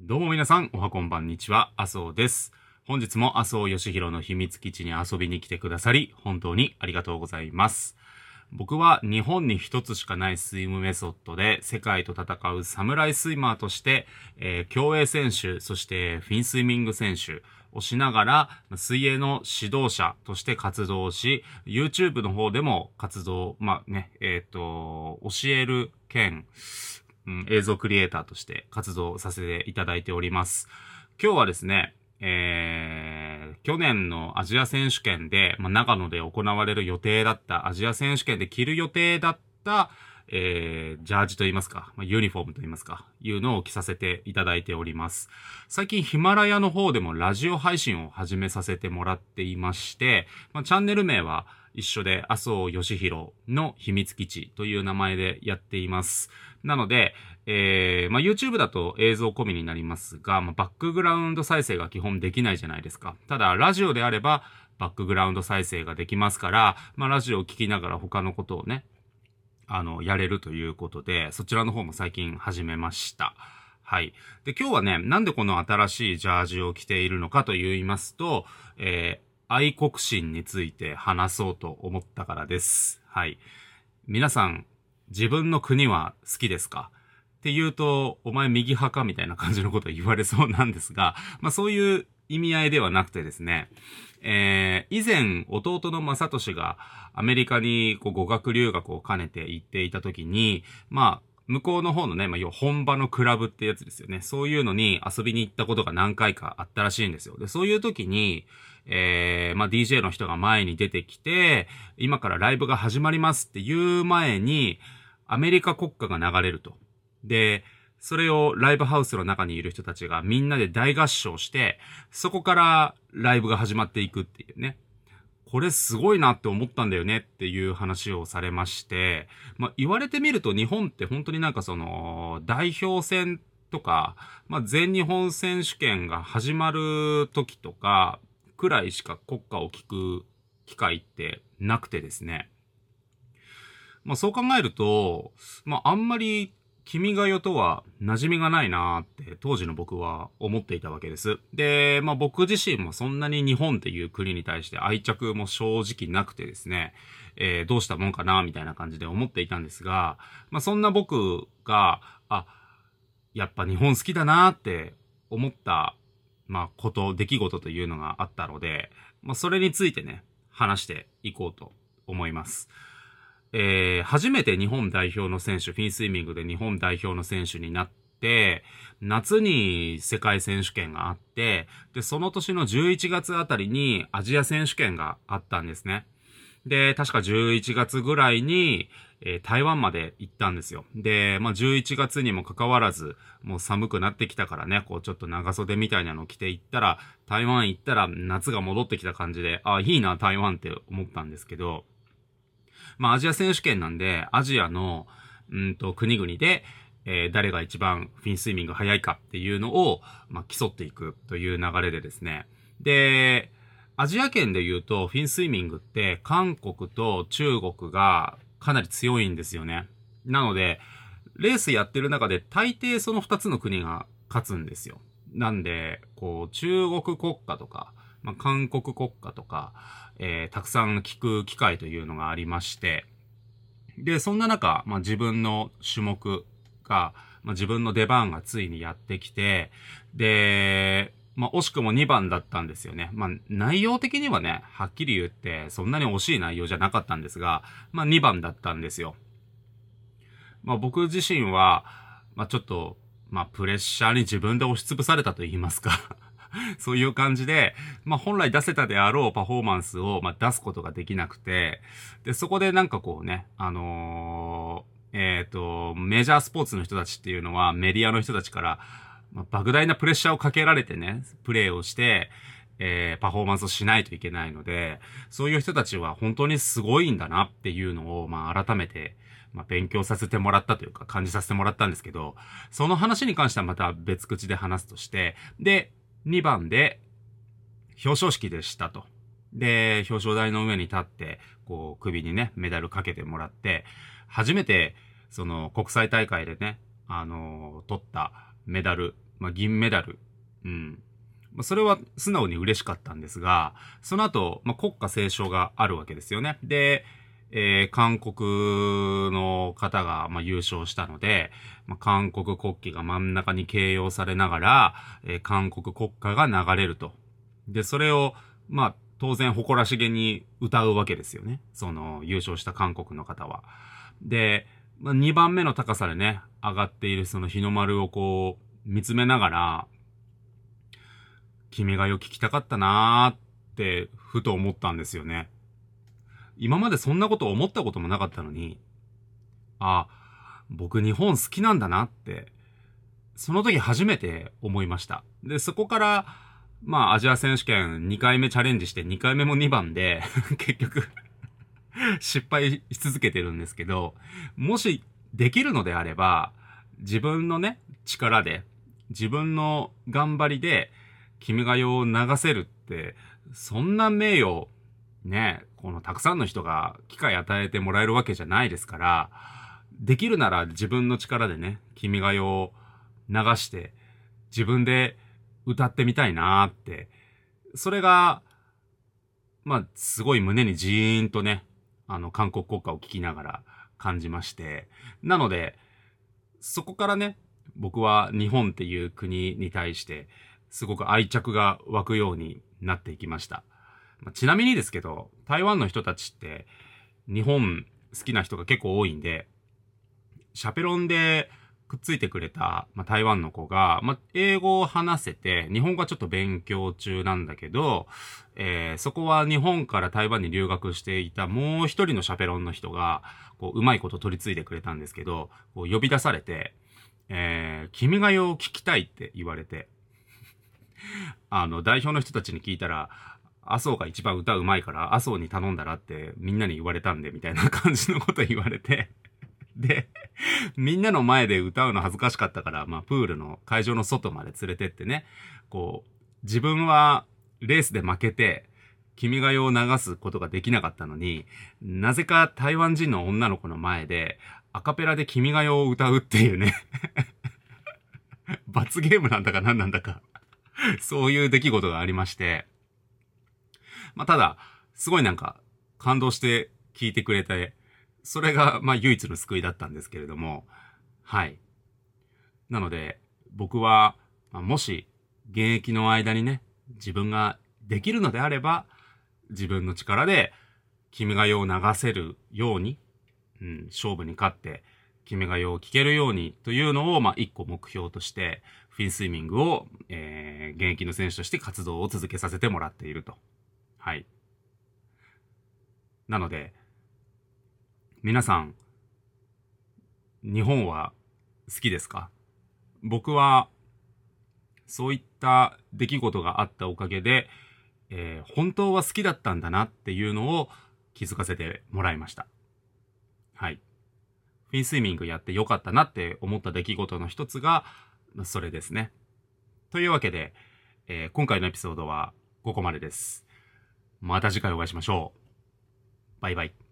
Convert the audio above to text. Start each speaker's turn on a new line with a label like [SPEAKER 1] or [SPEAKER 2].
[SPEAKER 1] どうも皆さん、おはこんばんにちは、麻生です。本日も麻生義弘の秘密基地に遊びに来てくださり、本当にありがとうございます。僕は日本に一つしかないスイムメソッドで世界と戦うサムライスイマーとして、競泳選手、そしてフィンスイミング選手をしながら水泳の指導者として活動し、YouTube の方でも活動、教える兼、映像クリエイターとして活動させていただいております。今日はですね、去年のアジア選手権で、長野で行われる予定だったアジア選手権で着る予定だった、ジャージといいますか、ユニフォームといいますか、いうのを着させていただいております。最近ヒマラヤの方でもラジオ配信を始めさせてもらっていまして、チャンネル名は一緒で麻生義弘の秘密基地という名前でやっています。なので、YouTube だと映像込みになりますが、バックグラウンド再生が基本できないじゃないですか。ただ、ラジオであれば、バックグラウンド再生ができますから、ラジオを聞きながら他のことをね、やれるということで、そちらの方も最近始めました。はい。で、今日はね、なんでこの新しいジャージを着ているのかと言いますと、愛国心について話そうと思ったからです。はい。皆さん、自分の国は好きですかって言うと、お前右派かみたいな感じのことを言われそうなんですが、そういう意味合いではなくてですね、以前、弟の正俊がアメリカに語学留学を兼ねて行っていた時に、向こうの方のね、要は本場のクラブってやつですよね。そういうのに遊びに行ったことが何回かあったらしいんですよ。で、そういう時に、DJ の人が前に出てきて、今からライブが始まりますっていう前に、アメリカ国歌が流れると。で、それをライブハウスの中にいる人たちがみんなで大合唱して、そこからライブが始まっていくっていうね。これすごいなって思ったんだよねっていう話をされまして、言われてみると日本って本当に代表戦とか、全日本選手権が始まる時とか、くらいしか国歌を聞く機会ってなくてですね。そう考えると、あんまり君が代とは馴染みがないなーって当時の僕は思っていたわけです。で、僕自身もそんなに日本っていう国に対して愛着も正直なくてですね、どうしたもんかなみたいな感じで思っていたんですが、そんな僕が、やっぱ日本好きだなーって思った、出来事というのがあったので、それについてね、話していこうと思います。初めて日本代表の選手、フィンスイミングで日本代表の選手になって、夏に世界選手権があって、で、その年の11月あたりにアジア選手権があったんですね。で、確か11月ぐらいに、台湾まで行ったんですよ。で、11月にもかかわらず、もう寒くなってきたからね、ちょっと長袖みたいなの着て行ったら、台湾行ったら夏が戻ってきた感じで、いいな、台湾って思ったんですけど、アジア選手権なんで、アジアの、国々で、誰が一番フィンスイミング速いかっていうのを、競っていくという流れでですね。で、アジア圏で言うと、フィンスイミングって、韓国と中国がかなり強いんですよね。なので、レースやってる中で、大抵その二つの国が勝つんですよ。なんで、中国国家とか、韓国国家とか、たくさん聞く機会というのがありまして、で、そんな中、自分の種目が、自分の出番がついにやってきて、で、惜しくも2番だったんですよね。内容的にはね、はっきり言って、そんなに惜しい内容じゃなかったんですが、2番だったんですよ。僕自身は、ちょっと、プレッシャーに自分で押しつぶされたと言いますか。そういう感じで、本来出せたであろうパフォーマンスを、出すことができなくて、で、そこでメジャースポーツの人たちっていうのは、メディアの人たちから、莫大なプレッシャーをかけられてね、プレーをして、パフォーマンスをしないといけないので、そういう人たちは本当にすごいんだなっていうのを、改めて、勉強させてもらったというか、感じさせてもらったんですけど、その話に関してはまた別口で話すとして、で、2番で表彰式でしたと。で、表彰台の上に立って、首にね、メダルかけてもらって、初めて、国際大会でね、取ったメダル銀メダル。それは素直に嬉しかったんですが、その後、国歌斉唱があるわけですよね。で、韓国の方が、優勝したので、韓国国旗が真ん中に掲揚されながら、韓国国歌が流れると。で、それを、当然誇らしげに歌うわけですよね。その、優勝した韓国の方は。で、2番目の高さでね、上がっているその日の丸をこう、見つめながら、君が代聞きたかったなーって、ふと思ったんですよね。今までそんなこと思ったこともなかったのに、僕日本好きなんだなって、その時初めて思いました。で、そこから、アジア選手権2回目チャレンジして2回目も2番で、結局、失敗し続けてるんですけど、もしできるのであれば、自分のね、力で、自分の頑張りで、君が代を流せるって、そんな名誉、ね、このたくさんの人が機会与えてもらえるわけじゃないですから、できるなら自分の力でね、君が代を流して、自分で歌ってみたいなーって、それが、すごい胸にジーンとね、韓国国歌を聴きながら感じまして、なので、そこからね、僕は日本っていう国に対して、すごく愛着が湧くようになっていきました。ちなみにですけど、台湾の人たちって、日本好きな人が結構多いんで、シャペロンでくっついてくれた、台湾の子が、英語を話せて、日本語はちょっと勉強中なんだけど、そこは日本から台湾に留学していたもう一人のシャペロンの人が、うまいこと取り継いでくれたんですけど、呼び出されて、君が代を聞きたいって言われて、代表の人たちに聞いたら、麻生が一番歌うまいから、麻生に頼んだらってみんなに言われたんで、みたいな感じのこと言われて、で、みんなの前で歌うの恥ずかしかったから、プールの会場の外まで連れてってね、自分はレースで負けて、君が代を流すことができなかったのに、なぜか台湾人の女の子の前で、アカペラで君が代を歌うっていうね、罰ゲームなんだか何なんだか、そういう出来事がありまして、ただ、すごい感動して聞いてくれて、それが、唯一の救いだったんですけれども、はい。なので、僕は、もし、現役の間にね、自分ができるのであれば、自分の力で、君が代を流せるように、勝負に勝って、君が代を聞けるようにというのを、一個目標として、フィンスイミングを、現役の選手として活動を続けさせてもらっていると。はい。なので、皆さん、日本は好きですか？僕は、そういった出来事があったおかげで、本当は好きだったんだなっていうのを気づかせてもらいました。はい。フィンスイミングやってよかったなって思った出来事の一つが、それですね。というわけで、今回のエピソードはここまでです。また次回お会いしましょう。バイバイ。